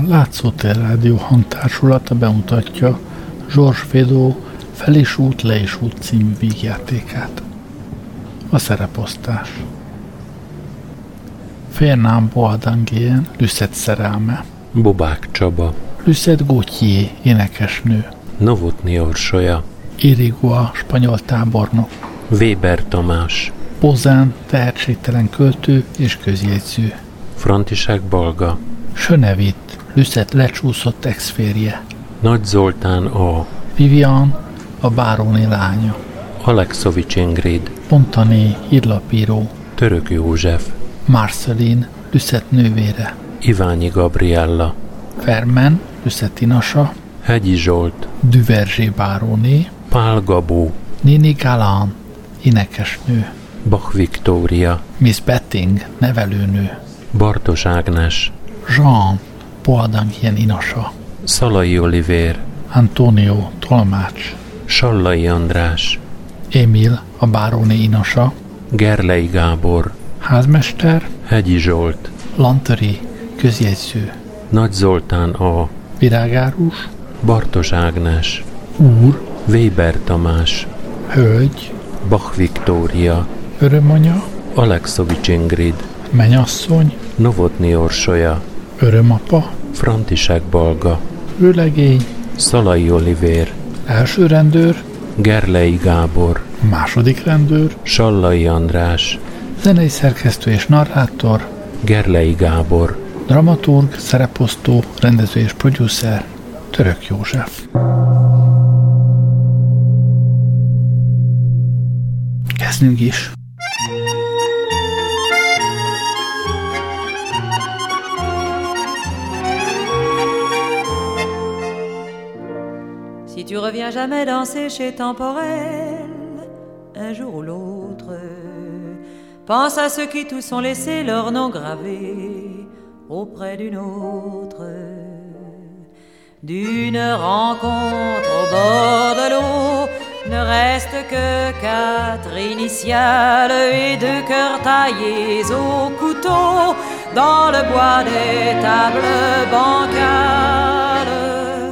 Látszótér Rádió hangtársulata bemutatja Georges Feydeau Fel is út, le is út című vígjátékát. A szereposztás. Fernand Boisdanguien, Lucette szerelme. Bobák Csaba. Lucette Gauthier, énekesnő. Novotny Orsolya. Irigoyen, spanyol tábornok. Weber Tamás. Pozen, tehetségtelen költő és közjegyző. František Balga. Sönevit, Lucette lecsúszott ex-férje. Nagy Zoltán A. Vivian, a báróné lánya. Alexovics Ingrid. Pontané, hírlapíró. Török József. Marceline, Lucette nővére. Iványi Gabriella. Fermen, Lucette inasa. Hegyi Zsolt. Duvergé báróné. Pál Gabó. Nini Galán, énekesnő. Bach Viktória. Miss Betting, nevelőnő. Bartos Ágnes. Jean, Boisdanguien inasa. Szalai Olivér. Antonio, tolmács. Sallai András. Émil, a báróné inasa. Gerlei Gábor. Házmester. Hegyi Zsolt. Lanteri, közjegyző. Nagy Zoltán A. Virágárus. Bartos Ágnes. Úr. Weber Tamás. Hölgy. Bach Viktória. Örömanya. Alexovics Ingrid. Menyasszony. Novotny Orsolya. Örömapa. František Balga. Vőlegény. Szalai Olivér. Első rendőr. Gerlei Gábor. Második rendőr. Sallai András. Zenei szerkesztő és narrátor. Gerlei Gábor. Dramaturg, szereposztó, rendező és producer Török József. Kezdjünk is. Si tu reviens jamais danser chez Temporel, un jour ou l'autre, pense à ceux qui tous ont laissé leur nom gravé auprès d'une autre. D'une rencontre au bord de l'eau ne reste que 4 initiales et 2 cœurs taillés au couteau dans le bois des tables bancales.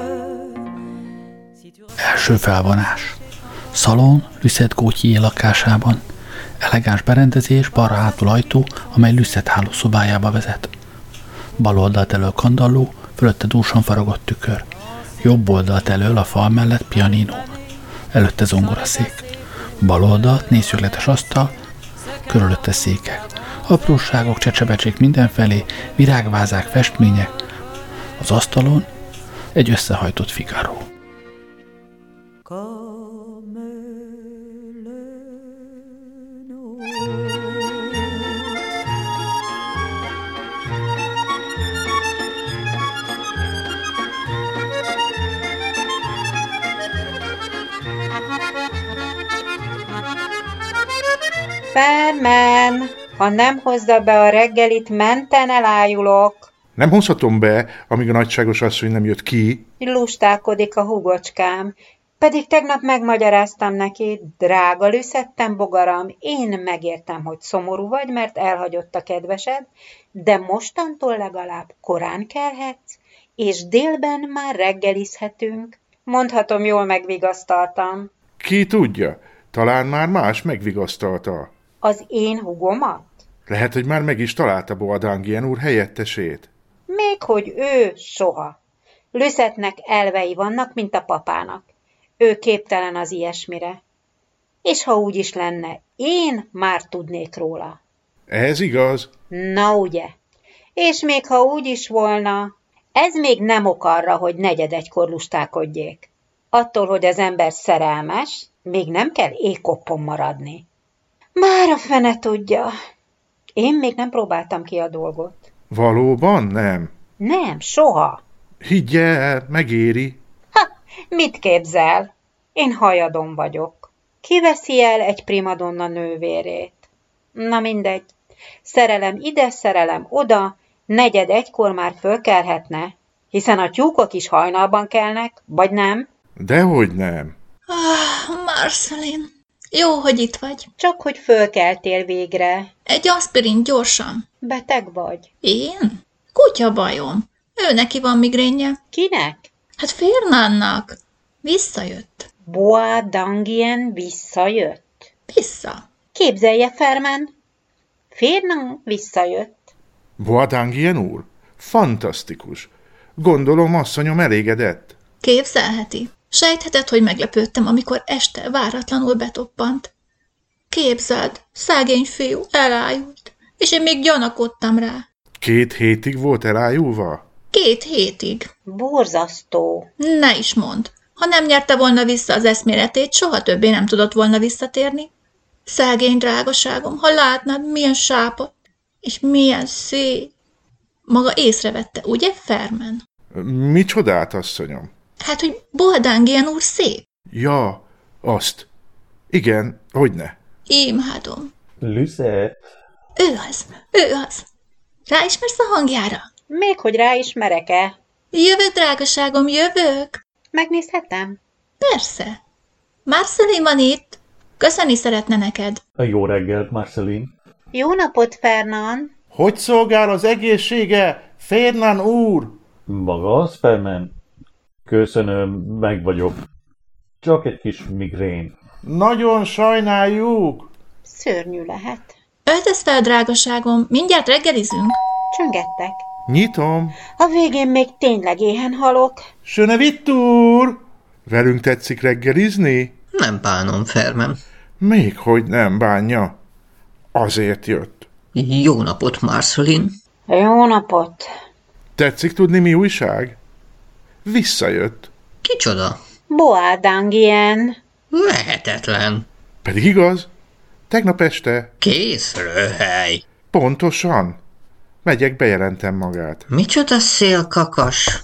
Első felvonás. Szalon Lucette Gauthier lakásában. Elegáns berendezés, balra hátul ajtó, amely Lucette hálószobájába vezet. Bal oldalt elől kandalló, fölötte dúsan faragott tükör. Jobb oldalt elől a fal mellett pianino. Előtte zongoraszék. Bal oldalt négyszögletes asztal, körülötte székek. Apróságok, csecsebecsék mindenfelé, virágvázák, festmények. Az asztalon egy összehajtott Figaro. Fermen, ha nem hozza be a reggelit, menten elájulok. Nem hozhatom be, amíg a nagyságos asszony nem jött ki. Lustálkodik a húgocskám. Pedig tegnap megmagyaráztam neki, drága Lucettem bogaram, én megértem, hogy szomorú vagy, mert elhagyott a kedvesed, de mostantól legalább korán kelhetsz, és délben már reggelizhetünk. Mondhatom, jól megvigasztaltam. Ki tudja, talán már más megvigasztalta. Az én húgomat? Lehet, hogy már meg is találta Boisdanguien úr helyettesét. Még hogy ő soha. Lucettnek elvei vannak, mint a papának. Ő képtelen az ilyesmire. És ha úgy is lenne, én már tudnék róla. Ez igaz? Na ugye. És még ha úgy is volna, ez még nem ok arra, hogy 4:45 lustálkodjék. Attól, hogy az ember szerelmes, még nem kell ékoppon maradni. Már a fene tudja. Én még nem próbáltam ki a dolgot. Valóban nem? Nem, soha. Higgye el, megéri. Mit képzel? Én hajadon vagyok. Ki veszi el egy primadonna nővérét? Na mindegy. Szerelem ide, szerelem oda, 4:45 már fölkelhetne, hiszen a tyúkok is hajnalban kelnek, vagy nem? Dehogy nem. Marceline, jó, hogy itt vagy. Csak hogy fölkeltél végre. Egy aspirin gyorsan. Beteg vagy. Én? Kutya bajom. Ő neki van migrénje. Kinek? Hát Fernandnak. Visszajött. Bois-d'Angien visszajött. Vissza. Képzelje, Ferman. Fernand visszajött. Bois-d'Angien úr? Fantasztikus. Gondolom, asszonyom elégedett. Képzelheti. Sejtheted, hogy meglepődtem, amikor este váratlanul betoppant. Képzeld, szegény fiú elájult, és én még gyanakodtam rá. 2 hétig volt elájulva? 2 hétig. Borzasztó. Ne is mondd. Ha nem nyerte volna vissza az eszméletét, soha többé nem tudott volna visszatérni. Szegény drágaságom, ha látnád, milyen sápadt, és milyen szép. Maga észrevette, ugye, Ferman? Micsodát, asszonyom? Hát, hogy Bois-d'Angien úr szép. Ja, azt. Igen, hogyne. Imádom. Lucette. Ő az. Ráismersz a hangjára? Még hogy ráismerek-e? Jövök, drágaságom, jövök. Megnézhetem? Persze. Marceline van itt. Köszönni szeretne neked. Jó reggelt, Marceline. Jó napot, Fernand. Hogy szolgál az egészsége, Fernand úr? Maga az, Ferman? Köszönöm, meg vagyok. Csak egy kis migrén. Nagyon sajnáljuk. Szörnyű lehet. Öltöz fel, drágaságom, mindjárt reggelizünk. Csöngettek. Nyitom. A végén még tényleg éhen halok. Sönevitt úr! Velünk tetszik reggelizni? Nem bánom, Ferman. Még hogy nem bánja. Azért jött. Jó napot, Marceline. Jó napot. Tetszik tudni, mi újság? Visszajött. Kicsoda? Bois-d'Angien. Lehetetlen. Pedig igaz? Tegnap este. Kész röhely. Pontosan. Megyek, bejelentem magát. Micsoda szélkakas?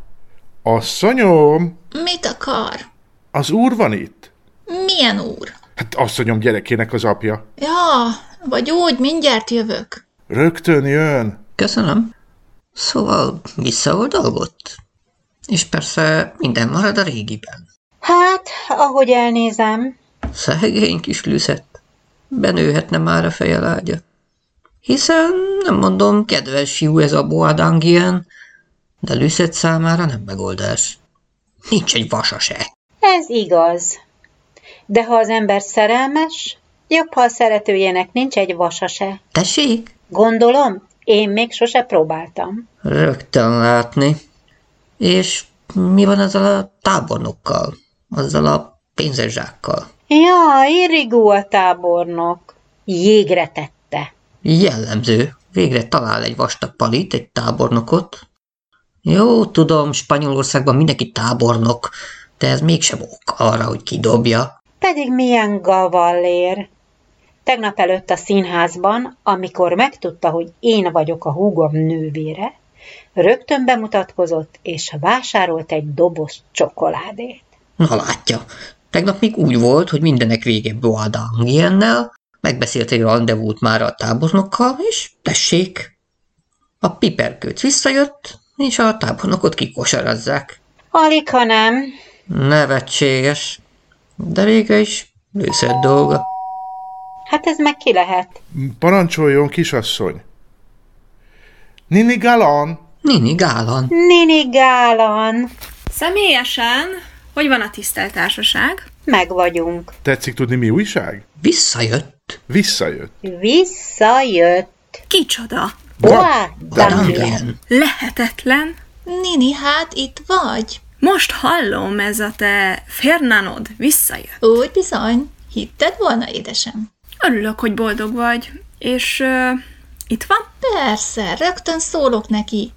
Asszonyom! Mit akar? Az úr van itt? Milyen úr? Hát asszonyom gyerekének az apja. Ja, vagy úgy, mindjárt jövök. Rögtön jön. Köszönöm. Szóval visszaoldalgott? És persze minden marad a régiben. Hát, ahogy elnézem. Szegény kis Lucette. Benőhetne már a fejelágya. Hiszen, nem mondom, kedves fiú ez a Bois-d'Angien, de Lucette számára nem megoldás. Nincs egy vasa se. Ez igaz. De ha az ember szerelmes, jobb, ha a szeretőjének nincs egy vasa se. Tessék? Gondolom, én még sose próbáltam. Rögtön látni. És mi van azzal a tábornokkal? Azzal a pénzes zsákkal? Ja, irrigó a tábornok. Jégre tette. Jellemző. Végre talál egy vastag palit, egy tábornokot. Jó, tudom, Spanyolországban mindenki tábornok, de ez mégsem ok arra, hogy kidobja. Pedig milyen gavallér. Tegnap előtt a színházban, amikor megtudta, hogy én vagyok a húgom nővére, rögtön bemutatkozott, és vásárolt egy doboz csokoládét. Na látja, tegnap még úgy volt, hogy mindenek vége Bois-d'Angiennel, megbeszélt egy rendezvút már a tábornokkal, és tessék, a piperkőc visszajött, és a tábornokot kikosarazzák. Alig, ha nem. Nevetséges, de végre is Lucette dolga. Hát ez meg ki lehet? Parancsoljon, kisasszony. Nini Galan! Nini Gálan. Nini Gálan. Személyesen, hogy van a tisztelt társaság? Meg vagyunk. Tetszik tudni, mi újság? Visszajött. Visszajött. Visszajött. Kicsoda? Bois-d'Angien. Lehetetlen. Nini, hát itt vagy? Most hallom, ez a te Fernandod visszajött. Úgy bizony. Hitted volna, édesem? Örülök, hogy boldog vagy. És itt van? Persze, rögtön szólok neki.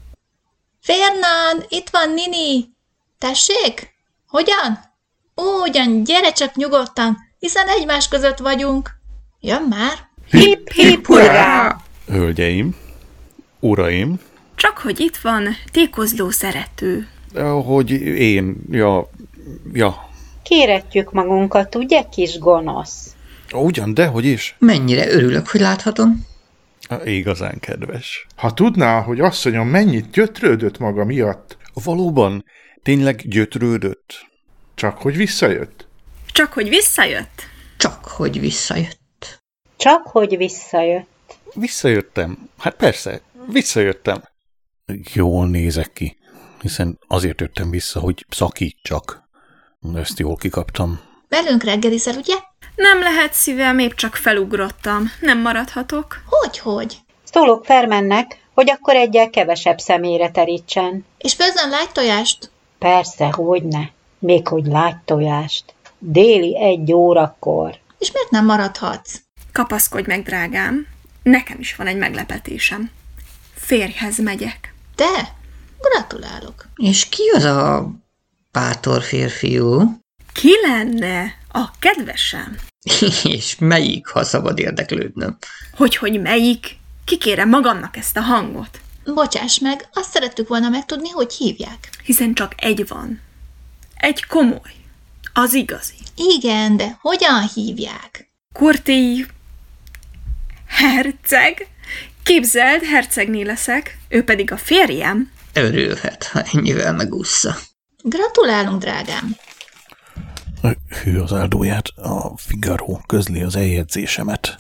Fernand, itt van Nini. Tessék? Hogyan? Ugyan, gyere csak nyugodtan, hiszen egymás között vagyunk. Jön már. Hip, hip, hurrá! Hölgyeim, uraim, Csak hogy itt van tékozló szerető. hogy én, ja, Kéretjük magunkat, ugye, kis gonosz? ugyan, dehogy is. Mennyire örülök, hogy láthatom. Igazán kedves. Ha tudná, hogy asszonyom mennyit gyötrődött maga miatt, Valóban, tényleg gyötrődött. csak hogy visszajött. Csak hogy visszajött? Csak hogy visszajött. Csak hogy visszajött. Visszajöttem. Hát persze, visszajöttem. Jól nézek ki, hiszen azért jöttem vissza, hogy szakítsak. Ezt jól kikaptam. Velünk reggelizel, ugye? Nem lehet, szívem, épp csak felugrottam. Nem maradhatok. Hogy? Szólok Fermennek, hogy akkor egyel kevesebb személyre terítsen. És főzzön lágy tojást? Persze, hogyne. Még hogy lágy tojást. Déli 1 órakor. És miért nem maradhatsz? Kapaszkodj meg, drágám. Nekem is van egy meglepetésem. Férjhez megyek. Te? Gratulálok. És ki az a bátor férfiú? Ki lenne? A kedvesem. És melyik, ha szabad érdeklődnöm? Hogy melyik? Kikérem magamnak ezt a hangot. Bocsáss meg, azt szerettük volna megtudni, hogy hívják. Hiszen csak egy van. Egy komoly. Az igazi. Igen, de hogyan hívják? Kurti... herceg? Képzeld, hercegné leszek, ő pedig a férjem. Örülhet, ha ennyivel megúszza. Gratulálunk, drágám. Hű az áldóját, a Figaro közli az eljegyzésemet.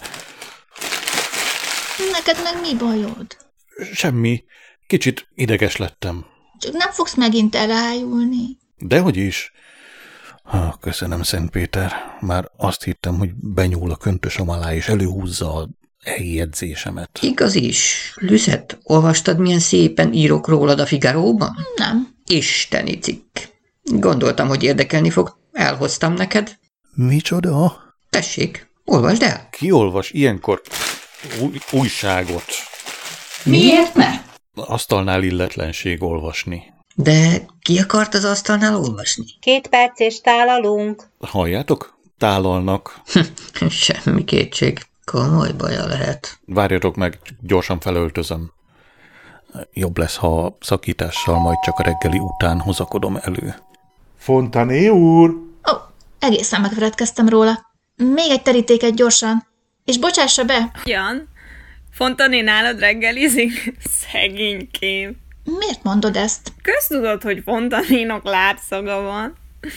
Neked meg mi bajod? Semmi, kicsit ideges lettem. Csak nem fogsz megint elájulni. Dehogy is. Köszönöm, Szent Péter. Már azt hittem, hogy benyúl a köntösöm alá, és előhúzza az eljegyzésemet. Igaz is. Lüszet, olvastad, milyen szépen írok rólad a Figaróban? Nem. Isteni cikk. Gondoltam, hogy érdekelni fog. Elhoztam neked. Micsoda? Tessék, olvasd el. Ki olvas ilyenkor újságot? Miért ne? Asztalnál illetlenség olvasni. De ki akart az asztalnál olvasni? 2 perc és tálalunk. Halljátok? Tálalnak. Semmi kétség. Komoly baja lehet. Várjatok meg, gyorsan felöltözöm. Jobb lesz, ha a szakítással majd csak a reggeli után hozakodom elő. Fontané úr! Egészen megfeledkeztem róla. Még egy terítéket gyorsan. És bocsássa be! Jan, Fontané nálad reggelizik? Szegénykém. Miért mondod ezt? Köztudod, hogy Fontanénak látszaga van.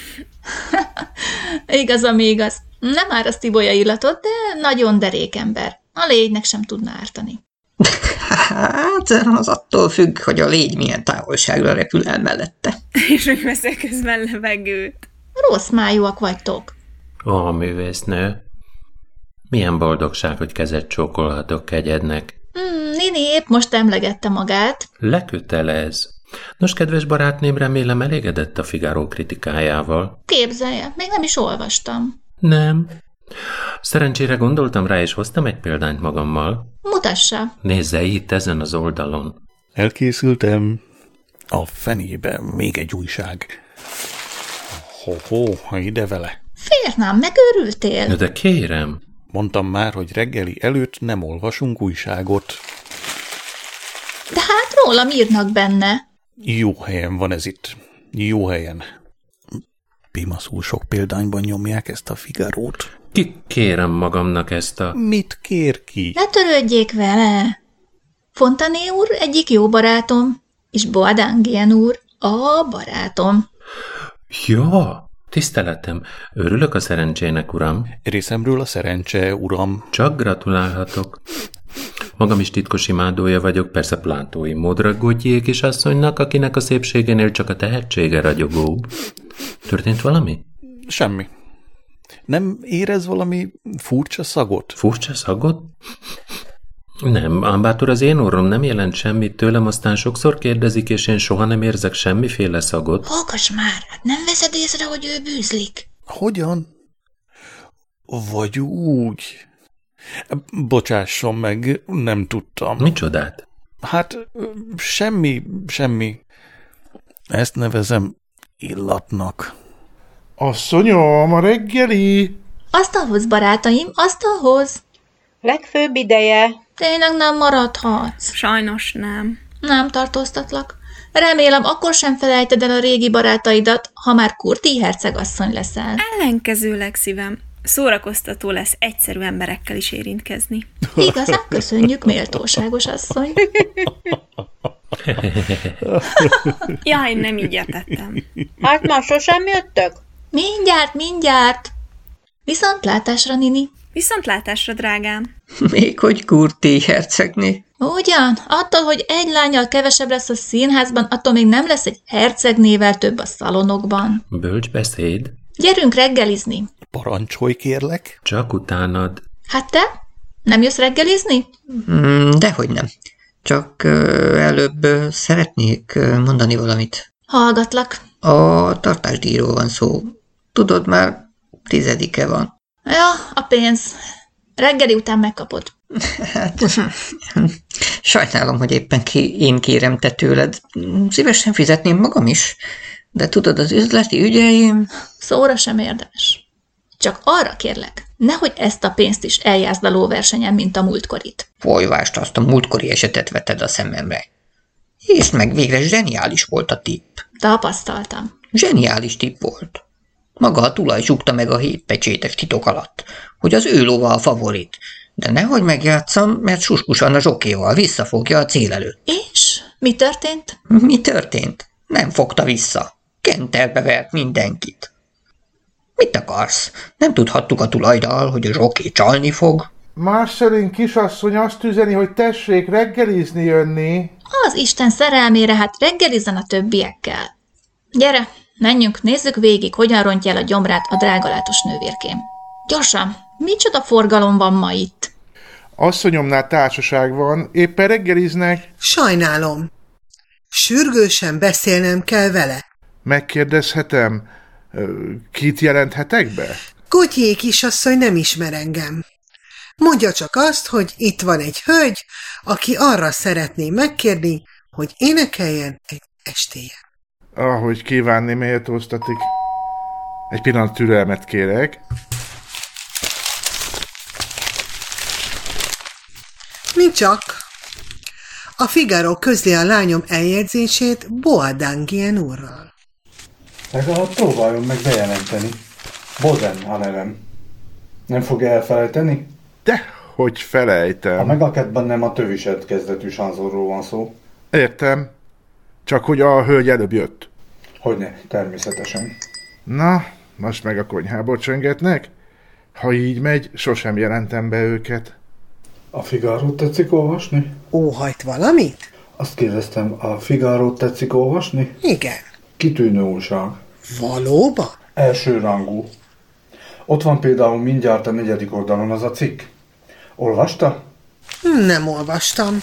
Igaz, ami igaz. Nem áraszt ibolya illatot, de nagyon derék ember. A légynek sem tudna ártani. Hát, az attól függ, hogy a légy milyen távolságra repül el mellette. És hogy veszek közben levegőt. Rossz májúak vagytok. Ó, művésznő, milyen boldogság, hogy kezet csókolhatok kegyednek. Nini épp most emlegette magát. Lekötelez. Nos, kedves barátném, remélem elégedett a Figaro kritikájával. Képzelje, még nem is olvastam. Nem. Szerencsére gondoltam rá, és hoztam egy példányt magammal. Mutassa. Nézze itt ezen az oldalon. Elkészültem. A fenébe még egy újság. Ha ide vele. Férnám, megőrültél? De kérem. Mondtam már, hogy reggeli előtt nem olvasunk újságot. De hát rólam írnak benne. Jó helyen van ez itt. Jó helyen. Pimaszul sok példányban nyomják ezt a Figarót. Kérem magamnak ezt a... Mit kér ki? Ne törődjék vele. Fontané úr egyik jó barátom, és Boadangien úr a barátom. Ja, tiszteletem. Örülök a szerencsének, uram. Részemről a szerencse, uram. Csak gratulálhatok. Magam is titkos imádója vagyok, persze plátói módra Gautier kisasszonynak, akinek a szépségénél csak a tehetsége ragyogóbb. Történt valami? Semmi. Nem érez valami furcsa szagot? Furcsa szagot? Nem, ám bátor, az én orrom nem jelent semmit tőlem, aztán sokszor kérdezik, és én soha nem érzek semmiféle szagot. Hallgass már, hát nem veszed észre, hogy ő bűzlik? Hogyan? Vagy úgy? Bocsásson meg, nem tudtam. Micsodát? Hát, semmi. Ezt nevezem illatnak. Asszonyom, a reggeli! Asztalhoz, barátaim, asztalhoz! Legfőbb ideje. Tényleg nem maradhatsz. Sajnos nem. Nem tartóztatlak. Remélem, akkor sem felejted el a régi barátaidat, ha már Kurti hercegasszony leszel. Ellenkezőleg, szívem. Szórakoztató lesz egyszerű emberekkel is érintkezni. Igazán köszönjük, méltóságos asszony. Jaj, nem így értettem. Hát már sosem jöttök? Mindjárt. Viszontlátásra, Nini. Viszontlátásra, drágám. Még hogy Kurti hercegné. Ugyan, attól, hogy egy lányal kevesebb lesz a színházban, attól még nem lesz egy hercegnével több a szalonokban. Bölcs beszéd. Gyerünk reggelizni. Parancsolj, kérlek. Csak utánad. Hát te? Nem jössz reggelizni? Dehogy nem. Csak előbb szeretnék mondani valamit. Hallgatlak. A tartásdíjról van szó. Tudod, már 10. van. Ja, a pénz. Reggeli után megkapod. Hát, sajnálom, hogy éppen én kérem te tőled. Szívesen fizetném magam is. De tudod, az üzleti ügyeim... Szóra sem érdemes. Csak arra kérlek, nehogy ezt a pénzt is eljázd a lóversenyen, mint a múltkorit. Folyvást, azt a múltkori esetet veted a szememre. Hiszd meg, végre zseniális volt a tipp. Tapasztaltam. Zseniális tipp volt. Maga a tulaj zsugta meg a 7 pecsétes titok alatt, hogy az ő lova a favorit. De nehogy megjátszam, mert Suskusan a zsokéval visszafogja a cél előtt. És? Mi történt? Mi történt? Nem fogta vissza. Kenterbe vert mindenkit. Mit akarsz? Nem tudhattuk a tulajdal, hogy a zsoké csalni fog? Marcelin kisasszony azt üzeni, hogy tessék reggelizni jönni. Az Isten szerelmére, hát reggelizzen a többiekkel. Gyere, menjünk, nézzük végig, hogyan rontja el a gyomrát a drágalátos nővérkém. Gyorsan, micsoda forgalom van ma itt? Asszonyomnál társaság van, éppen reggeliznek. Sajnálom. Sürgősen beszélnem kell vele. Megkérdezhetem, kit jelenthetek be? Gauthier kisasszony nem ismer engem. Mondja csak azt, hogy itt van egy hölgy, aki arra szeretné megkérni, hogy énekeljen egy estéjen. Ahogy kívánni méltóztatik. Egy pillanat türelmet kérek. Mi csak? A Figaro közli a lányom eljegyzését Boadangien úrral. Legalább próbáljon meg bejelenteni. Bozen a nevem. Nem fogja elfelejteni? Dehogy felejtem. A Megaketben nem a tövised kezdetű sanzorról van szó. Értem. Csak hogy a hölgy előbb jött. Hogyne, természetesen. Na, most meg a konyhából csöngetnek? Ha így megy, sosem jelentem be őket. A Figarót tetszik olvasni? Óhajt valamit? Azt kérdeztem, a Figarót tetszik olvasni? Igen. Kitűnő újság. Valóban? Első rangú. Ott van például mindjárt a 4. oldalon az a cikk. Olvasta? Nem olvastam.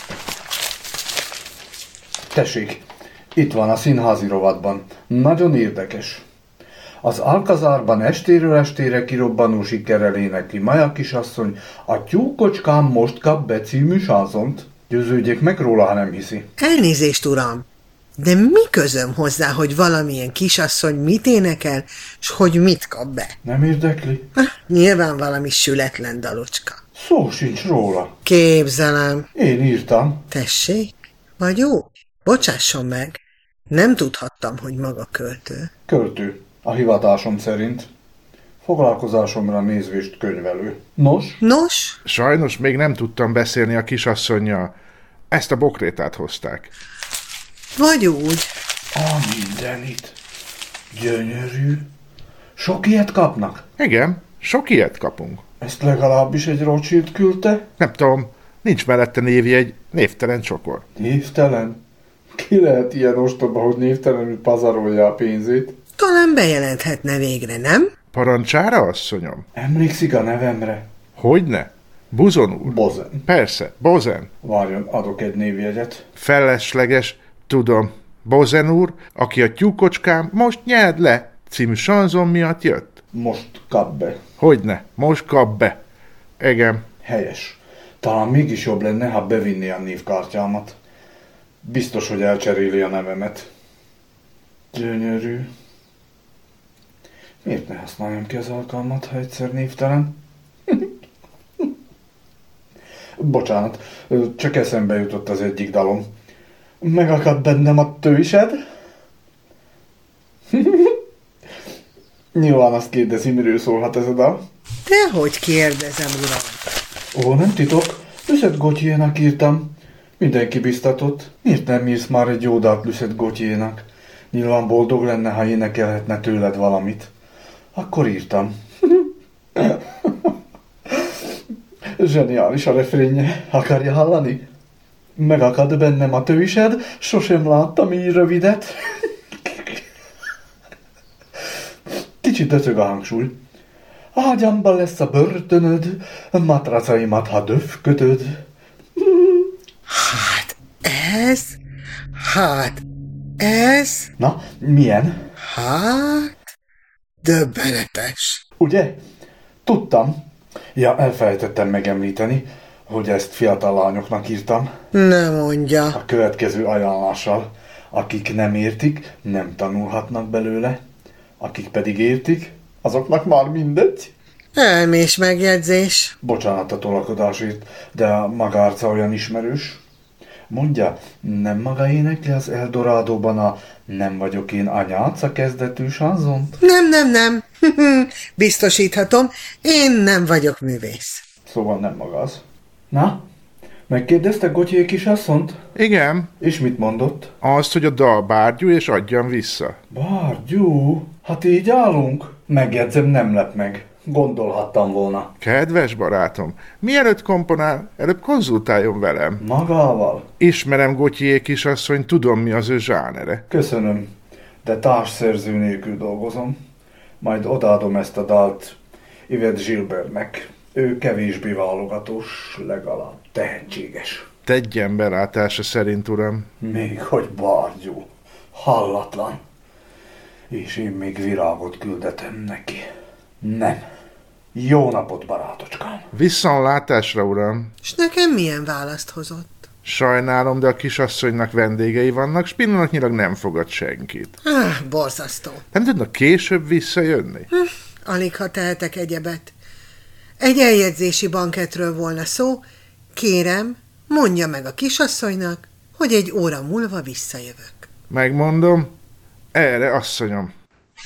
Tessék, itt van a színházi rovatban. Nagyon érdekes. Az Alcazárban estéről estére kirobbanó sikerrel énekli Maja kisasszony a Tyúkocskám most kap be című sánzont. Győződjék meg róla, ha nem hiszi. Elnézést, uram, de mi közöm hozzá, hogy valamilyen kisasszony mit énekel, s hogy mit kap be? Nem érdekli? Nyilván valami sületlen dalocska. Szó sincs róla. Képzelem. Én írtam. Tessék? Vagy jó? Bocsásson meg. Nem tudhattam, hogy maga költő. Költő. A hivatásom szerint. Foglalkozásomra nézvést könyvelő. Nos? Nos? Sajnos még nem tudtam beszélni a kisasszonnyal. Ezt a bokrétát hozták. Vagy úgy. A mindenit. Gyönyörű. Sok ilyet kapnak? Igen, sok ilyet kapunk. Ezt legalábbis egy Rothschild küldte? Nem tudom, nincs mellette névjegy, névtelen csokor. Névtelen? Ki lehet ilyen ostoba, hogy névtelenül pazarolja a pénzét? Talán bejelenthetne végre, nem? Parancsára, asszonyom? Emlékszik a nevemre? Hogyne? Buzon úr? Bozen. Persze, Bozen. Várjon, adok egy névjegyet. Felesleges, tudom. Bozen úr, aki a Tyúkocskám most nyerd le című sanzon miatt jött. Most kap be. Hogyne, most kap be. Igen. Helyes. Talán mégis jobb lenne, ha bevinné a névkártyámat. Biztos, hogy elcseréli a nevemet. Gyönyörű. Miért ne használjam ki az alkalmat, ha egyszer névtelen? Bocsánat, csak eszembe jutott az egyik dalom. Megakadt bennem a tőised? Nyilván azt kérdezi, miről szólhat ez a dal. Dehogy kérdezem, uram. Ó, nem titok. Lucette Gauthier-nak írtam. Mindenki biztatott. Miért nem írsz már egy jó dalt Lucette Gauthier-nak? Nyilván boldog lenne, ha énekelhetne tőled valamit. Akkor írtam. Zseniális a refrénje. Akarja hallani? Megakad bennem a tősed, sosem láttam így rövidet. Kicsit döcög a hangsúly. Ágyamban lesz a börtönöd, matracaimat, ha döfkötöd. Ez... Na, milyen? Döbbenetes. Ugye? Tudtam. Ja, elfelejtettem megemlíteni, hogy ezt fiatal lányoknak írtam. Ne mondja. A következő ajánlással. Akik nem értik, nem tanulhatnak belőle. Akik pedig értik, azoknak már mindegy. Elmés megjegyzés. Bocsánat a tolakodásért, de a maga arca olyan ismerős. Mondja, nem maga énekli az Eldorádóban a Nem vagyok én anyáca kezdetű sanzont? Nem. Biztosíthatom, én nem vagyok művész. Szóval nem maga az. Na, megkérdezte Gotye kisasszont? Igen. És mit mondott? Azt, hogy a dal bárgyú, és adjam vissza. Bárgyú? Hát így állunk? Megjegyzem, nem lep meg. Gondolhattam volna. Kedves barátom, mielőtt komponál, előbb konzultáljon velem. Magával? Ismerem Gotye kisasszony, tudom mi az ő zsánere. Köszönöm, de társszerző nélkül dolgozom. Majd odaadom ezt a dalt Yvette Gilbertnek. Ő kevésbé válogatós, legalább tehetséges. Tegyen belátása szerint, uram. Még hogy bárgyú. Hallatlan. És én még virágot küldetem neki. Nem. Jó napot, barátocskám. Viszontlátásra, uram. És nekem milyen választ hozott? Sajnálom, de a kisasszonynak vendégei vannak, s pillanatnyilag nem fogad senkit. Borzasztó. Nem tudnak később visszajönni? Alig ha tehetek egyebet. Egy eljegyzési banketről volna szó. Kérem, mondja meg a kisasszonynak, hogy egy óra múlva visszajövök. Megmondom. Erre, asszonyom.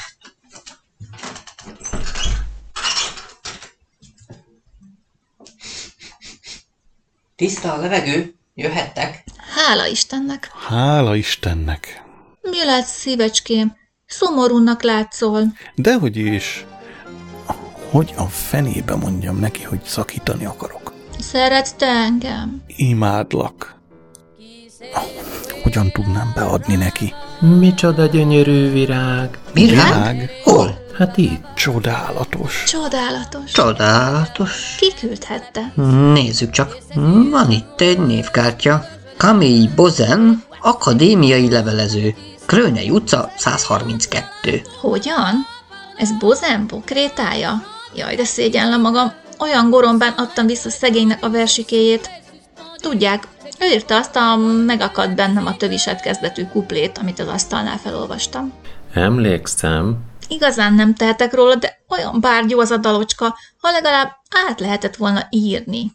Tiszta a levegő? Jöhettek? Hála Istennek. Hála Istennek. Mi lett, szívecském? Szomorúnak látszol. Dehogy is. Hogy a fenébe mondjam neki, hogy szakítani akarok? Szeretsz te engem? Imádlak. Hogyan tudnám beadni neki? Micsoda gyönyörű virág. Virág? Hol? Hát itt. Csodálatos. Csodálatos. Csodálatos. Ki küldhette? Nézzük csak. Van itt egy névkártya. Camille Bozen, akadémiai levelező. Krőnei utca 132. Hogyan? Ez Bozen bokrétája? Jaj, de szégyellem magam. Olyan gorombán adtam vissza szegénynek a versikéjét. Tudják, ő írta azt a Megakadt bennem a töviset kezdetű kuplét, amit az asztalnál felolvastam. Emlékszem. Igazán nem tehetek róla, de olyan bárgyú az a dalocska, ha legalább át lehetett volna írni.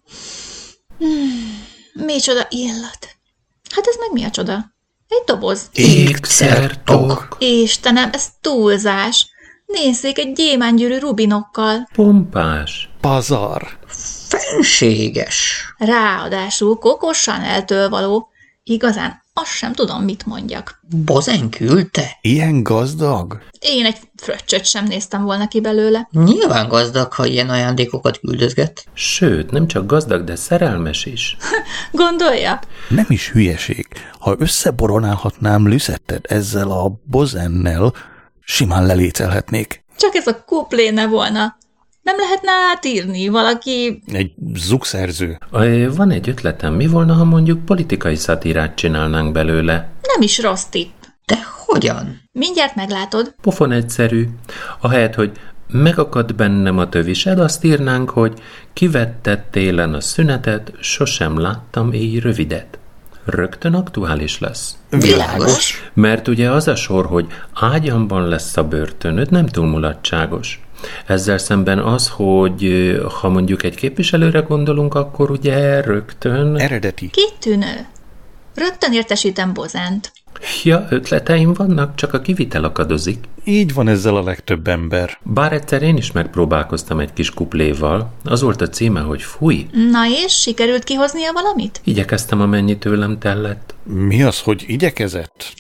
Micsoda illat. Hát ez meg mi a csoda? Egy doboz. Ékszertok. Istenem, ez túlzás. Nézzék, egy gyémánygyűrű rubinokkal. Pompás. Pazar. Fenséges. Ráadásul kokosan eltölvaló. Igazán azt sem tudom, mit mondjak. Bozen küldte? Ilyen gazdag? Én egy fröccsöt sem néztem volna ki belőle. Nyilván gazdag, ha ilyen ajándékokat küldözget. Sőt, nem csak gazdag, de szerelmes is. Gondolja? Nem is hülyeség. Ha összeboronálhatnám Lüszettet ezzel a Bozennel, simán lelécelhetnék. Csak ez a kuplé ne volna. Nem lehetne átírni valaki... Egy zugszerző. Van egy ötletem, mi volna, ha mondjuk politikai szatírát csinálnánk belőle? Nem is rossz tipp. De hogyan? Mindjárt meglátod. Pofon egyszerű. Ahelyett, hogy megakadt bennem a tövised, azt írnánk, hogy kivetted télen a szünetet, sosem láttam éj rövidet. Rögtön aktuális lesz. Világos. Mert ugye az a sor, hogy ágyamban lesz a börtönöd, nem túl mulatságos. Ezzel szemben az, hogy ha mondjuk egy képviselőre gondolunk, akkor ugye rögtön... Eredeti. Kitűnő. Rögtön értesítem Bozent. Ja, ötleteim vannak, csak a kivitel akadozik. Így van ezzel a legtöbb ember. Bár egyszer én is megpróbálkoztam egy kis kupléval. Az volt a címe, hogy fúj. Na és sikerült kihoznia valamit? Igyekeztem, amennyi tőlem tellett. Mi az, hogy igyekezett?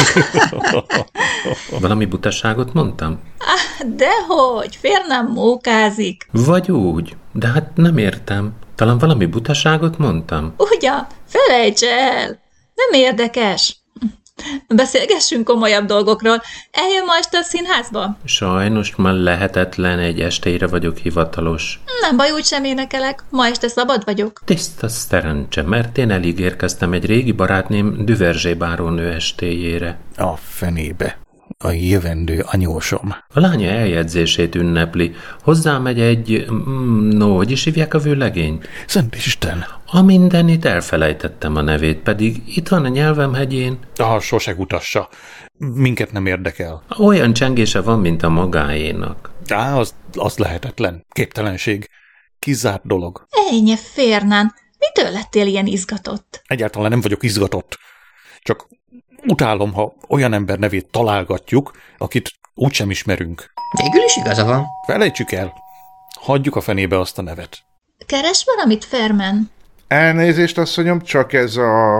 Valami butaságot mondtam? Dehogy, fér nem mókázik. Vagy úgy, de hát nem értem. Talán valami butaságot mondtam? Ugyan, felejts el! Nem érdekes. Beszélgessünk komolyabb dolgokról. Eljön ma este a színházba? Sajnos már lehetetlen, egy estére vagyok hivatalos. Nem baj, úgysem énekelek. Ma este szabad vagyok. Tiszta szerencse, mert én elígérkeztem egy régi barátném Duvergé bárónő estéjére. A fenébe. A jövendő anyósom. A lánya eljegyzését ünnepli. Hozzámegy egy... hogy is hívják a vőlegényt? Szent Isten! A mindenit elfelejtettem a nevét, pedig itt van a nyelvem hegyén. Sose utassa. Minket nem érdekel. Olyan csengése van, mint a magáénak. Az lehetetlen. Képtelenség. Kizárt dolog. Ennyi, Fernán, mitől lettél ilyen izgatott? Egyáltalán nem vagyok izgatott. Csak utálom, ha olyan ember nevét találgatjuk, akit úgysem ismerünk. Végül is igaza van. Felejtsük el. Hagyjuk a fenébe azt a nevet. Keres valamit, Ferman? Elnézést, asszonyom, csak ez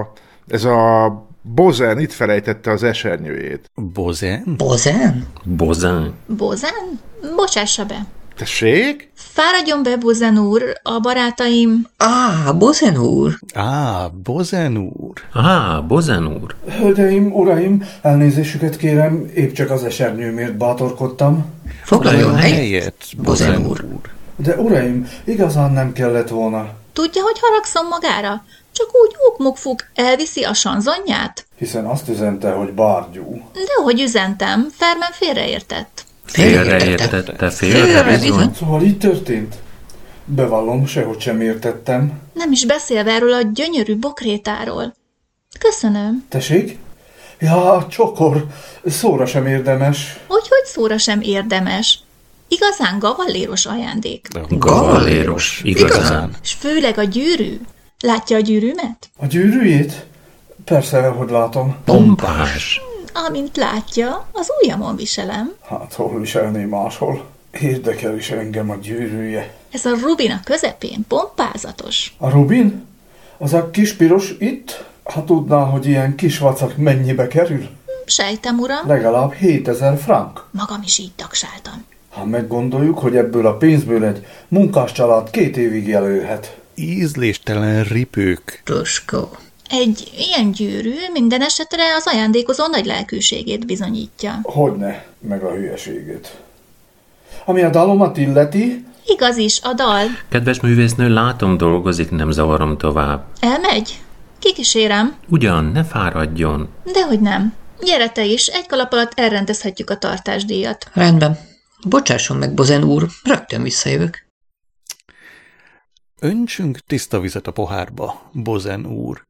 a Bozen itt felejtette az esernyőjét. Bozen? Bozen? Bozen. Bozen? Bocsássa be. Tessék? Fáradjon be, Bozen úr, a barátaim... Bozen úr. Bozen úr. Bozen úr. Hölgyeim, uraim, elnézésüket kérem, épp csak az esernyőmért bátorkodtam. Foglaljon helyet, Bozen úr. De uraim, igazán nem kellett volna. Tudja, hogy haragszom magára? Csak úgy ukmukfuk elviszi a sanzonját? Hiszen azt üzente, hogy bárgyú. Dehogy üzentem, Ferman félreértett. Félre bizony. Szóval így történt? Bevallom, sehogy sem értettem. Nem is beszélve erről a gyönyörű bokrétáról. Köszönöm. Tessék? Ja, csokor, szóra sem érdemes. Hogy szóra sem érdemes? Igazán gavalléros ajándék. Gavalléros, igazán. És főleg a gyűrű. Látja a gyűrűmet? A gyűrűjét? Persze, hogy látom. Pompás. Amint látja, az ujjamon viselem. Hát, hol viselné máshol? Érdekel is engem a gyűrűje. Ez a rubin a közepén, pompázatos. A rubin? Az a kis piros itt? Ha tudná, hogy ilyen kis vacak mennyibe kerül? Sejtem, uram. Legalább 7000 frank. Magam is így tagsáltam. Ha meggondoljuk, hogy ebből a pénzből egy munkáscsalád 2 évig jelölhet. Ízléstelen ripők. Toskó. Egy ilyen gyűrű minden esetre az ajándékozó nagy lelkűségét bizonyítja. Hogyne, meg a hülyeségét. Ami a dalomat illeti... Igaz is, a dal. Kedves művésznő, látom, dolgozik, nem zavarom tovább. Elmegy? Kikísérem? Ugyan, ne fáradjon. Dehogy nem. Gyere te is, egy kalap alatt elrendezhetjük a tartásdíjat. Rendben. Bocsásson meg, Bozen úr, rögtön visszajövök. Öntsünk tiszta vizet a pohárba, Bozen úr.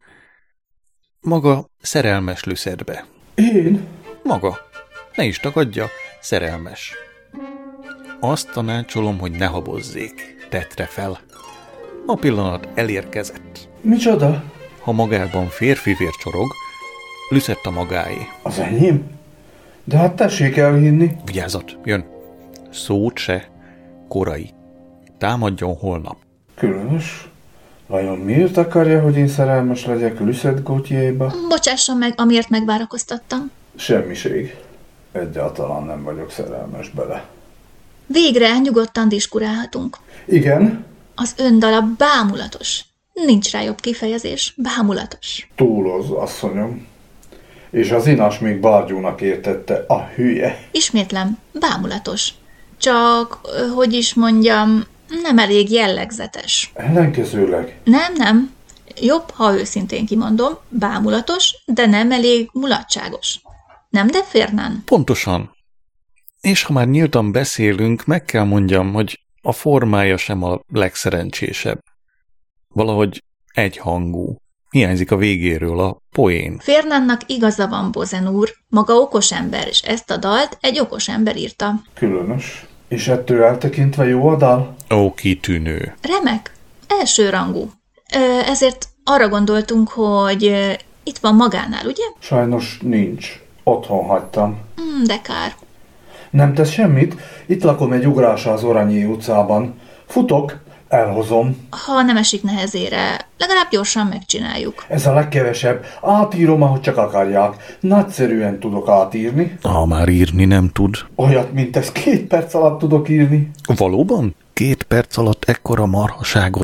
Maga szerelmes Lüszedbe. Én? Maga. Ne is tagadja, szerelmes. Azt tanácsolom, hogy ne habozzék. Tettre fel. A pillanat elérkezett. Micsoda? Ha magában férfi vér csorog, Lüszett a magáé. Az enyém? De hát tessék elhinni. Vigyázat, jön. Szót se, korai. Támadjon holnap. Különös. Vajon miért akarja, hogy én szerelmes legyek Lucette Gauthier-ba? Bocsásson meg, amiért megvárakoztattam. Semmiség. Egyáltalán nem vagyok szerelmes bele. Végre nyugodtan diskurálhatunk. Igen? Az öndala bámulatos. Nincs rá jobb kifejezés. Bámulatos. Túloz, asszonyom. És az inas még bárgyúnak értette, a hülye. Ismétlem, bámulatos. Csak, hogy is mondjam, nem elég jellegzetes. Ellenkezőleg? Nem. Jobb, ha őszintén kimondom, bámulatos, de nem elég mulatságos. Nem, de Fernán? Pontosan. És ha már nyíltan beszélünk, meg kell mondjam, hogy a formája sem a legszerencsésebb. Valahogy egyhangú. Hiányzik a végéről a poén. Fernánnak igaza van, Bozen úr. Maga okos ember, és ezt a dalt egy okos ember írta. Különös. És ettől eltekintve jó a dal? Ó, kitűnő. Remek. Elsőrangú. Ezért arra gondoltunk, hogy itt van magánál, ugye? Sajnos nincs. Otthon hagytam. De kár. Nem tesz semmit? Itt lakom egy ugrásra az Oranyé utcában. Futok, elhozom. Ha nem esik nehezére, legalább gyorsan megcsináljuk. Ez a legkevesebb. Átírom, ahogy csak akarják. Nagyszerűen tudok átírni. Ha már írni nem tud. Olyat, mint ez 2 perc alatt tudok írni. Valóban? 2 perc alatt ekkora marhaságot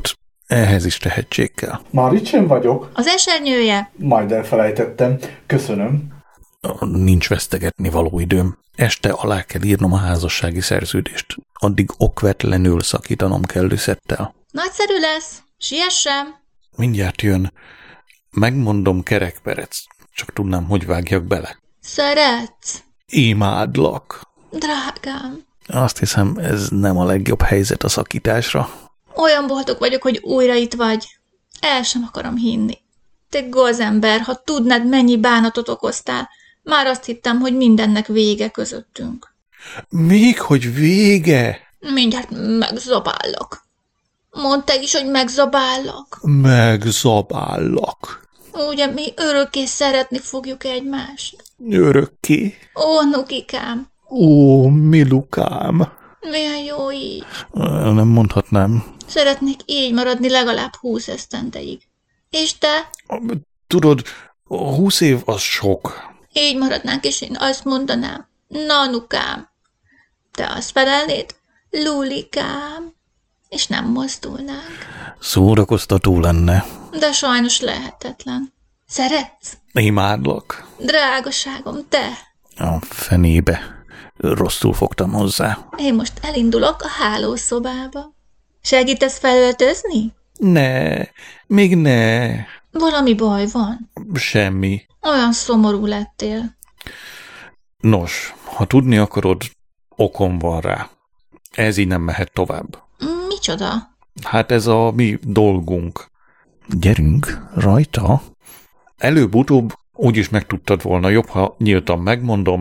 ehhez is tehetség kell. Maricsen vagyok. Az esernyője? Majd elfelejtettem. Köszönöm. Nincs vesztegetni való időm. Este alá kell írnom a házassági szerződést. Addig okvetlenül szakítanom kell Lüszettel. Nagyszerű lesz. Siessem. Mindjárt jön. Megmondom, kerekperec. Csak tudnám, hogy vágjak bele. Szeretsz? Imádlak. Drágám. Azt hiszem, ez nem a legjobb helyzet a szakításra. Olyan boldog vagyok, hogy újra itt vagy. El sem akarom hinni. Te gazember, ha tudnád, mennyi bánatot okoztál, már azt hittem, hogy mindennek vége közöttünk. Még hogy vége? Mindjárt megzabállak. Mondd te is, hogy megzabállak. Megzabállak. Ugye mi örökké szeretni fogjuk egymást. Örökké? Ó, Nukikám. Ó, Milukám. Milyen jó így. Nem mondhatnám. Szeretnék így maradni legalább 20 esztendeig. És te? Tudod, 20 év az sok. Így maradnánk, és én azt mondanám. Nanukám. Te azt felelnéd? Lulikám. És nem mozdulnánk. Szórakoztató lenne. De sajnos lehetetlen. Szeretsz? Imádlak. Drágaságom, te? A fenébe. Rosszul fogtam hozzá. Én most elindulok a hálószobába. Segítesz felöltözni? Ne, még ne. Valami baj van? Semmi. Olyan szomorú lettél. Nos, ha tudni akarod, okom van rá. Ez így nem mehet tovább. Micsoda? Hát ez a mi dolgunk. Gyerünk, rajta. Előbb-utóbb úgyis megtudtad volna, jobb, ha nyíltan megmondom.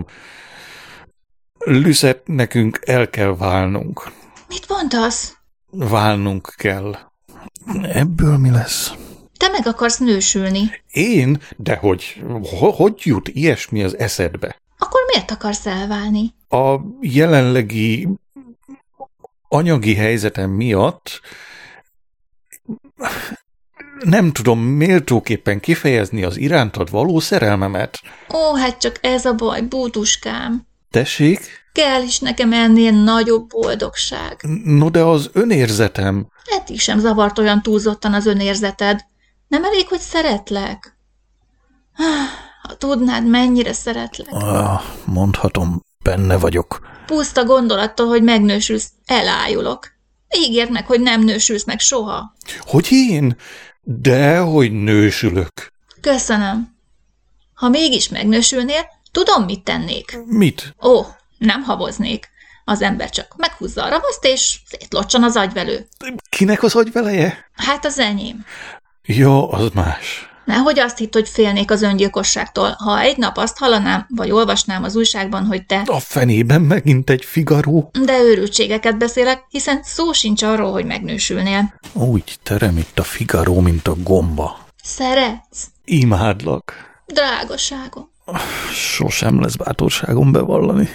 Lüszett, nekünk el kell válnunk. Mit mondasz? Válnunk kell. Ebből mi lesz? Te meg akarsz nősülni. Én? Dehogy. Hogy jut ilyesmi az eszedbe? Akkor miért akarsz elválni? A jelenlegi anyagi helyzetem miatt nem tudom méltóképpen kifejezni az irántad való szerelmemet. Ó, hát csak ez a baj, bútuskám. Tessék? Kell is nekem ennél nagyobb boldogság. No, de az önérzetem... Eddig sem zavart olyan túlzottan az önérzeted. Nem elég, hogy szeretlek? Ha tudnád, mennyire szeretlek. Mondhatom, benne vagyok. Puszta gondolattól, hogy megnősülsz, elájulok. Ígérd meg, hogy nem nősülsz meg soha. Hogy én? Dehogy nősülök. Köszönöm. Ha mégis megnősülnél, tudom, mit tennék. Mit? Ó, nem haboznék. Az ember csak meghúzza a ravaszt, és szétlocsan az agyvelő. Kinek az agyveleje? Hát az enyém. Ja, az más. Nehogy azt hitt, hogy félnék az öngyilkosságtól, ha egy nap azt hallanám, vagy olvasnám az újságban, hogy te... A fenében megint egy Figaro. De őrültségeket beszélek, hiszen szó sincs arról, hogy megnősülnél. Úgy terem itt a Figaro, mint a gomba. Szeretsz? Imádlak. Drágaságom. Sosem lesz bátorságom bevallani.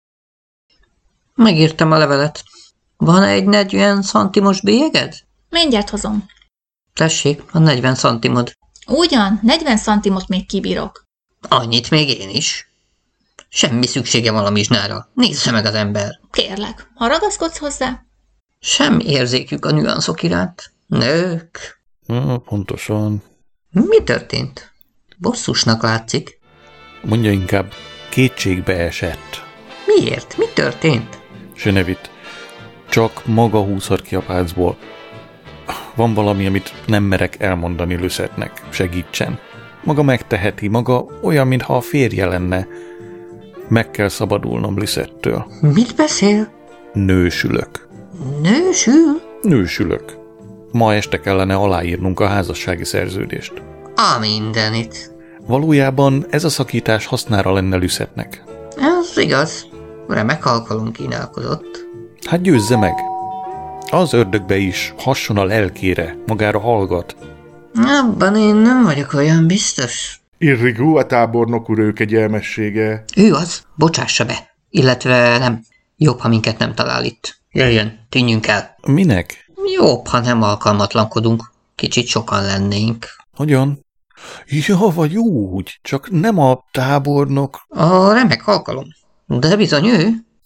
Megírtam a levelet. Van egy 40 centimos bélyeged? Mindjárt hozom. Tessék, a 40 centimod. Ugyan, 40 centimot még kibírok. Annyit még én is. Semmi szüksége valamizsnára. Nézze meg az ember. Kérlek, ha ragaszkodsz hozzá? Sem érzékük a nüanszok iránt. Nők. Pontosan. Mi történt? Bosszusnak látszik. Mondja inkább, kétségbe esett. Miért? Mi történt? Se ne vitt. Csak maga húzhat ki a pácból. Van valami, amit nem merek elmondani Lüszettnek. Segítsen. Maga megteheti, maga olyan, mintha a férje lenne. Meg kell szabadulnom Lüszettől. Mit beszél? Nősülök. Nősül? Nősülök. Ma este kellene aláírnunk a házassági szerződést. A mindenit. Valójában ez a szakítás hasznára lenne Lüszettnek. Ez igaz. Remek alkalom kínálkozott. Hát győzze meg. Az ördögbe is hasson a lelkére, magára hallgat. Abban én nem vagyok olyan biztos. Irrigó a tábornok úr kegyelmessége. Ő az, bocsássa be. Illetve nem. Jobb, ha minket nem talál itt. Jöjjön, tűnjünk el. Minek? Jobb, ha nem alkalmatlankodunk. Kicsit sokan lennénk. Hogyan? Ja, vagy úgy, csak nem a tábornok. A remek alkalom. De bizony ő.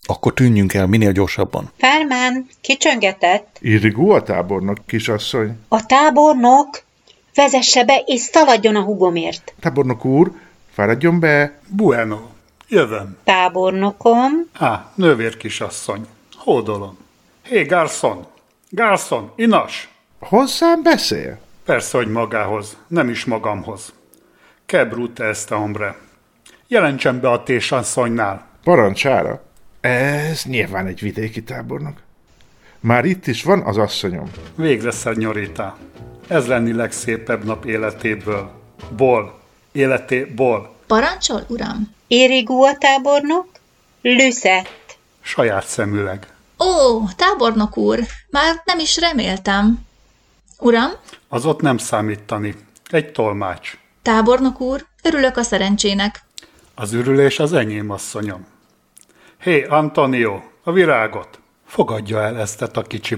Akkor tűnjünk el minél gyorsabban. Fármán, kicsöngetett. Irigú a tábornok, kisasszony. A tábornok vezesse be és szaladjon a húgomért. Tábornok úr, fáradjon be. Bueno, jövöm. Tábornokom. Nővér kisasszony. Hódolom. Hé, garçon! Garçon, inas! Hozzám beszél? Persze, hogy magához, nem is magamhoz. Que brute este hombre. Jelentsen be a tésasszonynál. Parancsára. Ez nyilván egy vidéki tábornok. Már itt is van az asszonyom. Végre, szenyorita. Ez lenni legszépebb nap életéből. Életéból. Parancsol, uram? Irigú a tábornok? Lüszett. Saját szemüleg. Ó, tábornok úr, már nem is reméltem. Uram? Az ott nem számítani. Egy tolmács. Tábornok úr, örülök a szerencsének. Az ürülés az enyém, asszonyom. Hé, Antonio, a virágot! Fogadja el ezt a kicsi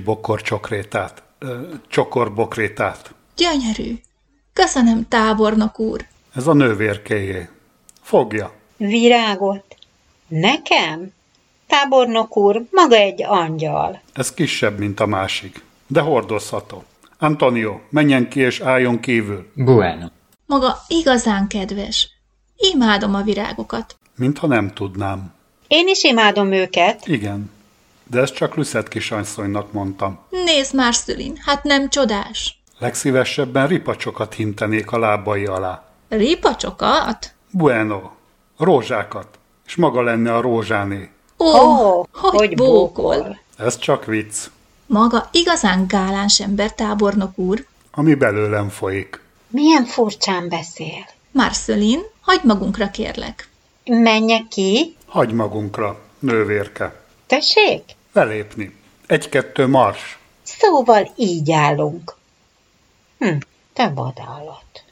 csokorbokrétát. Gyönyörű. Köszönöm, tábornok úr. Ez a nővérkéjé. Fogja. Virágot? Nekem? Tábornok úr, maga egy angyal. Ez kisebb, mint a másik, de hordozható. Antonio, menjen ki és álljon kívül. Bueno. Maga igazán kedves. Imádom a virágokat. Mintha nem tudnám. Én is imádom őket. Igen, de ezt csak Lüszett kisasszonynak mondtam. Nézd már, Szülin, hát nem csodás. Legszívesebben ripacsokat hintenék a lábai alá. Ripacsokat? Bueno, rózsákat, és maga lenne a rózsáné. Ó, hogy bókol. Ez csak vicc. Maga igazán gáláns ember, tábornok úr. Ami belőlem folyik. Milyen furcsán beszél. Marcelin, hagyd magunkra, kérlek. Menjek ki? Hagy magunkra, nővérke. Tessék? Belépni. 1-2 mars. Szóval így állunk. Te vadállat.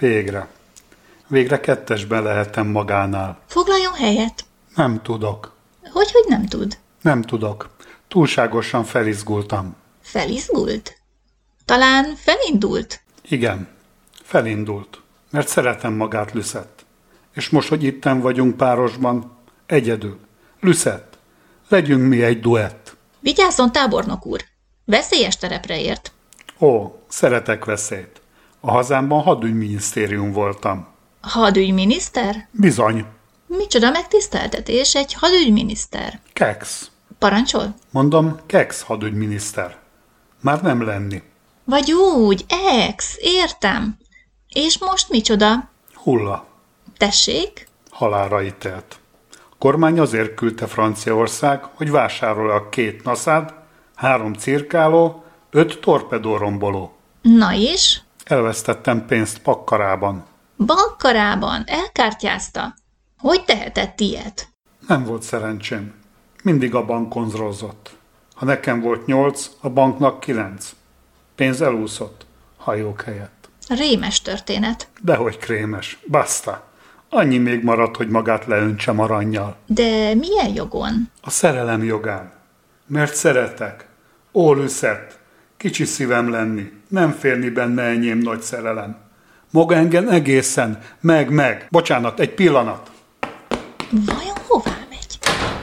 Végre kettesben lehetem magánál. Foglaljon helyet. Nem tudok. Hogy nem tud? Nem tudok. Túlságosan felizgultam. Felizgult? Talán felindult? Igen, felindult. Mert szeretem magát, Lüszett. És most, hogy itten vagyunk párosban, egyedül. Lüszett, legyünk mi egy duett. Vigyázzon, tábornok úr! Veszélyes terepre ért. Ó, szeretek veszélyt. A hazámban hadügyminisztérium voltam. Hadügyminiszter? Bizony. Micsoda megtiszteltetés, egy hadügyminiszter. Keksz. Parancsol? Mondom, Keksz hadügyminiszter. Már nem lenni. Vagy úgy, értem. És most micsoda? Hulla. Tessék? Halálra ítélt. A kormány azért küldte Franciaország, hogy vásárolja 2 naszád, 3 cirkáló, 5 torpedóromboló. Na és? Elvesztettem pénzt Pakkarában. Bakkarában? Elkártyázta? Hogy tehetett ilyet? Nem volt szerencsém. Mindig a bank konzrozott. Ha nekem volt 8, a banknak 9. Pénz elúszott. Hajók helyett. Rémes történet. Dehogy krémes. Basta. Annyi még maradt, hogy magát leöntsem arannyal. De milyen jogon? A szerelem jogán. Mert szeretek. Ó, Lüszett, kicsi szívem lenni, nem férni benne enyém nagy szerelem. Maga engem egészen, meg. Bocsánat, egy pillanat. Vajon hová megy?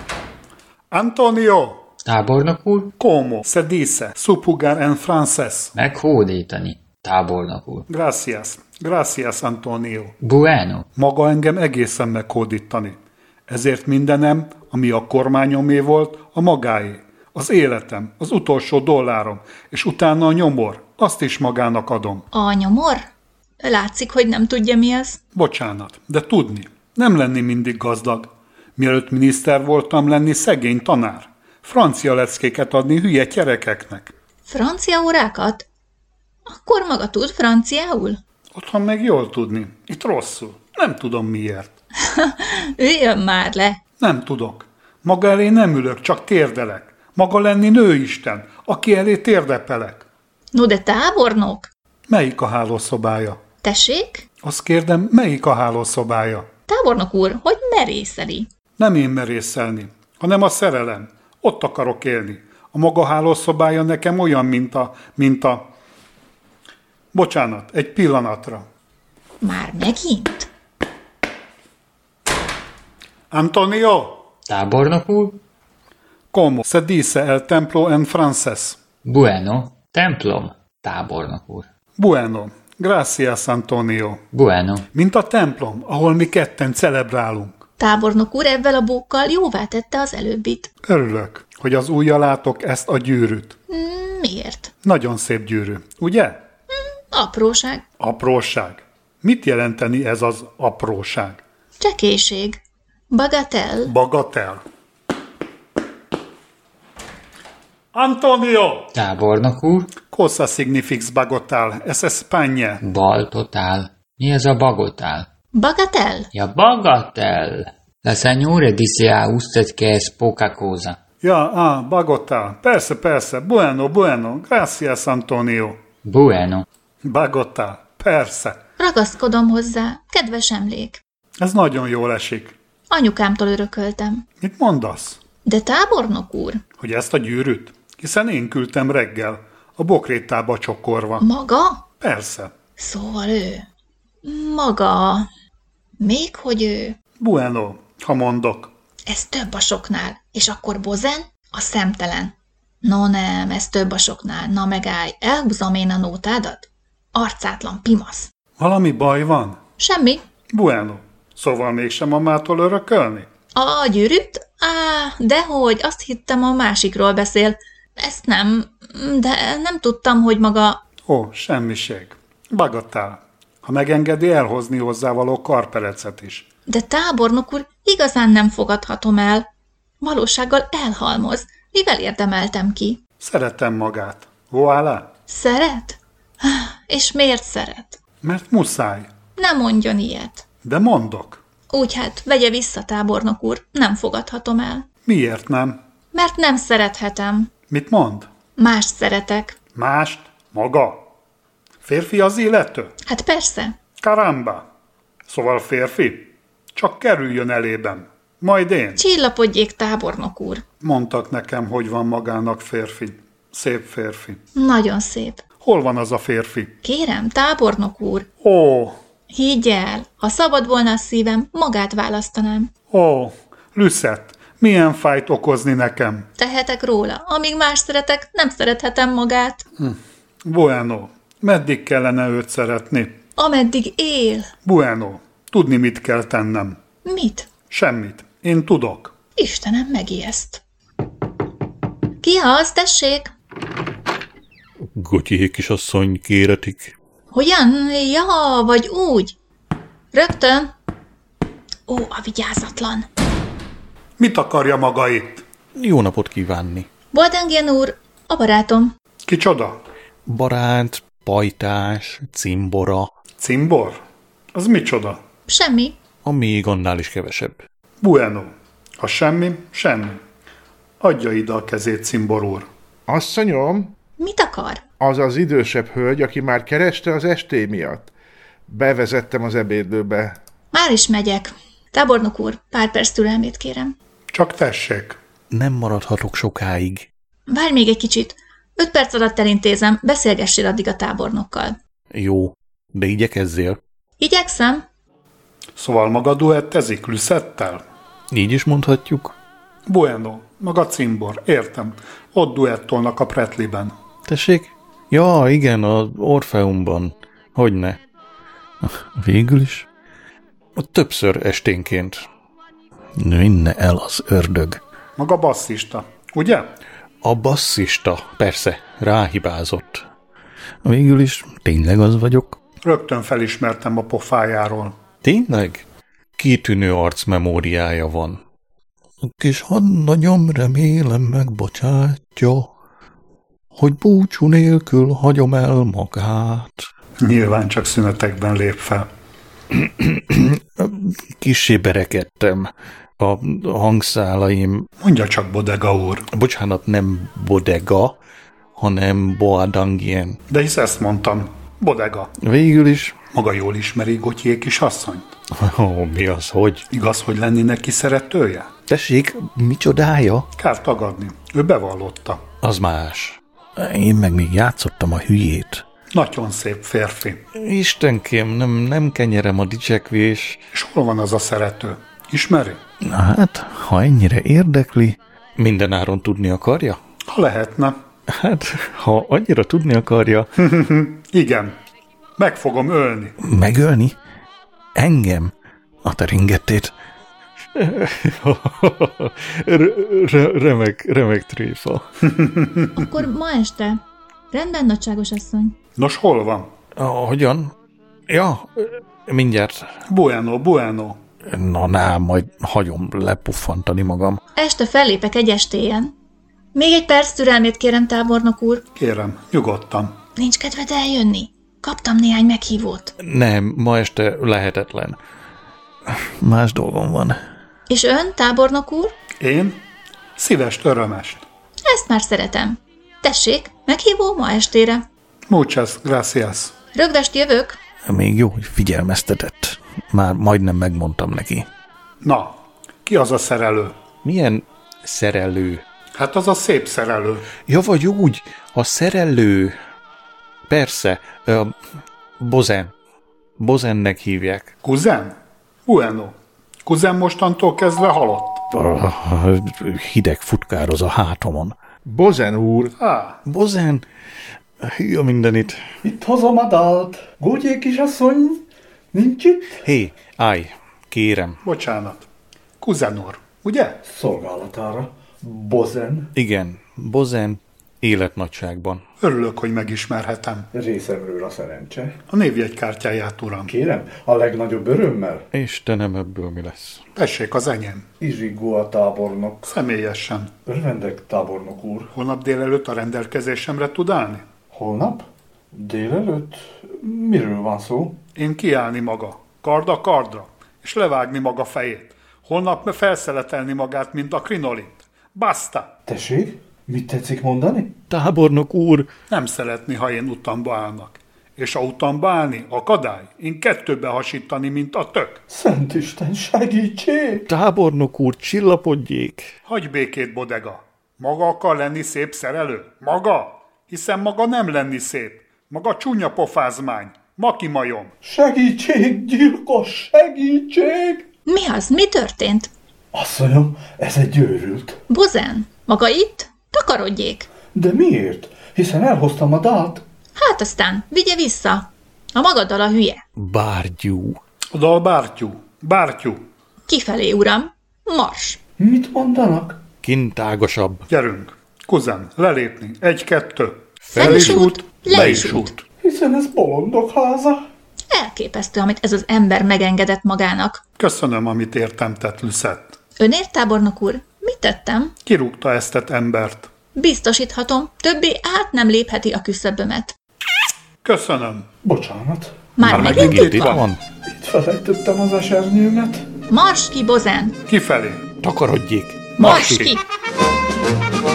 Antonio! Tábornok úr? Como se dice suppugar en francés? Meghódítani, tábornok úr. Gracias, Antonio. Bueno. Maga engem egészen meghódítani. Ezért mindenem, ami a kormányomé volt, a magáé. Az életem, az utolsó dollárom, és utána a nyomor, azt is magának adom. A nyomor? Látszik, hogy nem tudja, mi ez. Bocsánat, de tudni. Nem lenni mindig gazdag. Mielőtt miniszter voltam, lenni szegény tanár. Francia leckéket adni hülye gyerekeknek. Francia órákat? Akkor maga tud franciául? Otthon meg jól tudni. Itt rosszul. Nem tudom miért. Üljön már le. Nem tudok. Maga elé nem ülök, csak térdelek. Maga lenni nőisten, aki elé térdepelek. No, de tábornok? Melyik a hálószobája? Tessék? Azt kérdem, melyik a hálószobája? Tábornok úr, hogy merészeli? Nem én merészelni, hanem a szerelem. Ott akarok élni. A maga hálószobája nekem olyan, mint a... Bocsánat, egy pillanatra. Már megint? Antonio! Tábornok úr? Como se dice el templo en francés? Bueno, templom, tábornok úr. Bueno, gracias Antonio. Bueno. Mint a templom, ahol mi ketten celebrálunk. Tábornok úr ezzel a bókkal jóvá tette az előbbit. Örülök, hogy az ujjal látok ezt a gyűrűt. Miért? Nagyon szép gyűrű, ugye? Apróság. Apróság. Mit jelenteni ez az apróság? Csekéség. Bagatel. Bagatel. Antonio! Tábornok úr? Cosa significa bagotal? Es España. Bal totál. Mi ez a bagotál? Bagatel? Ja, bagatel. La signore dice a usted que es poca cosa. Ja, bagotal. Persze. Bueno. Gracias, Antonio. Bueno. Bagotal. Persze. Ragaszkodom hozzá. Kedves emlék. Ez nagyon jól esik. Anyukámtól örököltem. Mit mondasz? De tábornok úr? Hogy ezt a gyűrűt? Hiszen én küldtem reggel, a bokrétába csokorva. Maga? Persze. Szóval ő. Maga. Még hogy ő. Bueno, ha mondok. Ez több a soknál. És akkor Bozen? A szemtelen. No nem, ez több a soknál. Na megállj, elhúzom én a nótádat? Arcátlan pimasz. Valami baj van? Semmi. Bueno. Szóval mégsem mamától örökölni? A gyűrűt? Dehogy, azt hittem a másikról beszél. Ezt nem, de nem tudtam, hogy maga... Ó, semmiség. Bagatál. Ha megengedi, elhozni hozzá való karperecet is. De tábornok úr, igazán nem fogadhatom el. Valósággal elhalmoz. Mivel érdemeltem ki? Szeretem magát. Voilà. Szeret? És miért szeret? Mert muszáj. Ne mondjon ilyet. De mondok. Úgy hát, vegye vissza, tábornok úr. Nem fogadhatom el. Miért nem? Mert nem szerethetem. Mit mond? Mást szeretek. Mást? Maga? Férfi az illető? Hát persze. Caramba! Szóval férfi? Csak kerüljön elében. Majd én. Csillapodjék, tábornok úr. Mondtak nekem, hogy van magának férfi. Szép férfi. Nagyon szép. Hol van az a férfi? Kérem, tábornok úr. Ó! Higgy el, ha szabad volna a szívem, magát választanám. Ó, Lucette, milyen fájt okozni nekem? Tehetek róla. Amíg más szeretek, nem szerethetem magát. Bueno, meddig kellene őt szeretni? Ameddig él. Bueno, tudni mit kell tennem. Mit? Semmit. Én tudok. Istenem, megijeszt. Ki az, tessék? Gotyié kisasszony kéretik. Hogyan? Ja, vagy úgy. Rögtön. Ó, a vigyázatlan. Mit akarja maga itt? Jó napot kívánni. Boldengen úr, a barátom. Kicsoda? Barát, pajtás, cimbora. Cimbor? Az micsoda? Semmi. A még annál is kevesebb. Bueno. Ha semmi, semmi. Adja ide a kezét, cimbor úr. Asszonyom? Mit akar? Az az idősebb hölgy, aki már kereste az esté miatt. Bevezettem az ebédlőbe. Már is megyek. Tábornok úr, pár perc türelmét kérem. Csak tessék. Nem maradhatok sokáig. Várj még egy kicsit. 5 perc alatt elintézem, beszélgessél addig a tábornokkal. Jó, de igyekezzél. Igyekszem. Szóval maga duettezik Lucettel? Így is mondhatjuk. Bueno, maga cimbor, értem. Ott duettolnak a Pretliben. Tessék? Ja, igen, az Orfeumban. Hogyne. Végül is. Többször esténként. Vinne el az ördög. Maga basszista, ugye? A basszista, persze, ráhibázott. Végül is tényleg az vagyok. Rögtön felismertem a pofájáról. Tényleg? Kitűnő arcmemóriája van. A kis hadnagyom remélem megbocsátja, hogy búcsú nélkül hagyom el magát. Nyilván csak szünetekben lép fel. Kissé berekedtem. A hangszálaim... Mondja csak, Bodega úr. Bocsánat, nem Bodega, hanem Boadangien. De hisz ezt mondtam. Bodega. Végül is... Maga jól ismeri Gotyié kisasszonyt? Mi az, hogy? Igaz, hogy lenni neki szeretője? Tessék, micsodája? Kár tagadni. Ő bevallotta. Az más. Én meg még játszottam a hülyét. Nagyon szép férfi. Istenkém, nem kenyerem a dicsekvés. És hol van az a szerető? Ismeri? Hát, ha ennyire érdekli... Mindenáron tudni akarja? Ha lehetne. Hát, ha annyira tudni akarja... Igen. Meg fogom ölni. Megölni? Engem? A te ringettét? Remek tréfa. Akkor ma este. Rendben, nagyságos asszony. Nos, hol van? Hogyan? Ja, mindjárt. Bueno. Na, majd hagyom lepuffantani magam. Este fellépek egy estélyen. Még egy perc türelmét kérem, tábornok úr. Kérem, nyugodtan. Nincs kedved eljönni? Kaptam néhány meghívót. Nem, ma este lehetetlen. Más dolgom van. És ön, tábornok úr? Én? Szívest, örömest. Ezt már szeretem. Tessék, meghívó ma estére. Muchas gracias. Rögdest jövök. Még jó, hogy figyelmeztetett. Már majdnem megmondtam neki. Na, ki az a szerelő? Milyen szerelő? Hát az a szép szerelő. Ja, vagy úgy, a szerelő. Persze, Bozen. Bozennek hívják. Kuzen? Bueno. Kuzen mostantól kezdve halott. Hideg futkároz a hátamon. Bozen úr. Bozen? Hű a mindenit. Itt hozom a dalt. Gótyé kisasszony, nincs itt? Hé, állj, kérem. Bocsánat. Kuzen úr, ugye? Szolgálatára. Bozen. Igen, Bozen életnagyságban. Örülök, hogy megismerhetem. Részemről a szerencse. A névjegykártyáját, uram. Kérem, a legnagyobb örömmel. Istenem, ebből mi lesz? Tessék, az enyém. Izsigó a tábornok. Személyesen. Örvendek, tábornok úr. Holnap délelőtt a rendelkezésemre tud állni? Holnap? Délelőtt? Miről van szó? Én kiállni maga, kard a kardra, és levágni maga fejét. Holnap felszeletelni magát, mint a krinolint. Basta! Tessék? Mit tetszik mondani? Tábornok úr! Nem szeretni, ha én utamba állnak. És ha utamba állni, akadály, én kettőbe hasítani, mint a tök. Szent Isten, segítség! Tábornok úr, csillapodjék! Hagyj békét, bodega! Maga akar lenni szép szerelő? Maga? Hiszen maga nem lenni szép. Maga csúnya pofázmány. Maki majom. Segítség, gyilkos, segítség! Mi az? Mi történt? Asszonyom, ez egy őrült. Bozen, maga itt? Takarodjék! De miért? Hiszen elhoztam a dalt. Hát aztán, vigye vissza. A maga dala hülye. Bártyú. A dal bártyú. Kifelé, uram. Mars. Mit mondanak? Kintágasabb. Gyerünk. Kuzen, lelépni. 1-2. Fel is út, le is út. Hiszen ez bolondok háza. Elképesztő, amit ez az ember megengedett magának. Köszönöm, amit értem tett, Lüszett. Önért, tábornok úr? Mit tettem? Kirúgta ezt embert. Biztosíthatom, többé át nem lépheti a küszöbömet. Köszönöm. Bocsánat. Már megint itt van? Itt felejtettem az esernyőmet. Mars ki, Bozen! Kifelé. Takarodjék. Mars ki!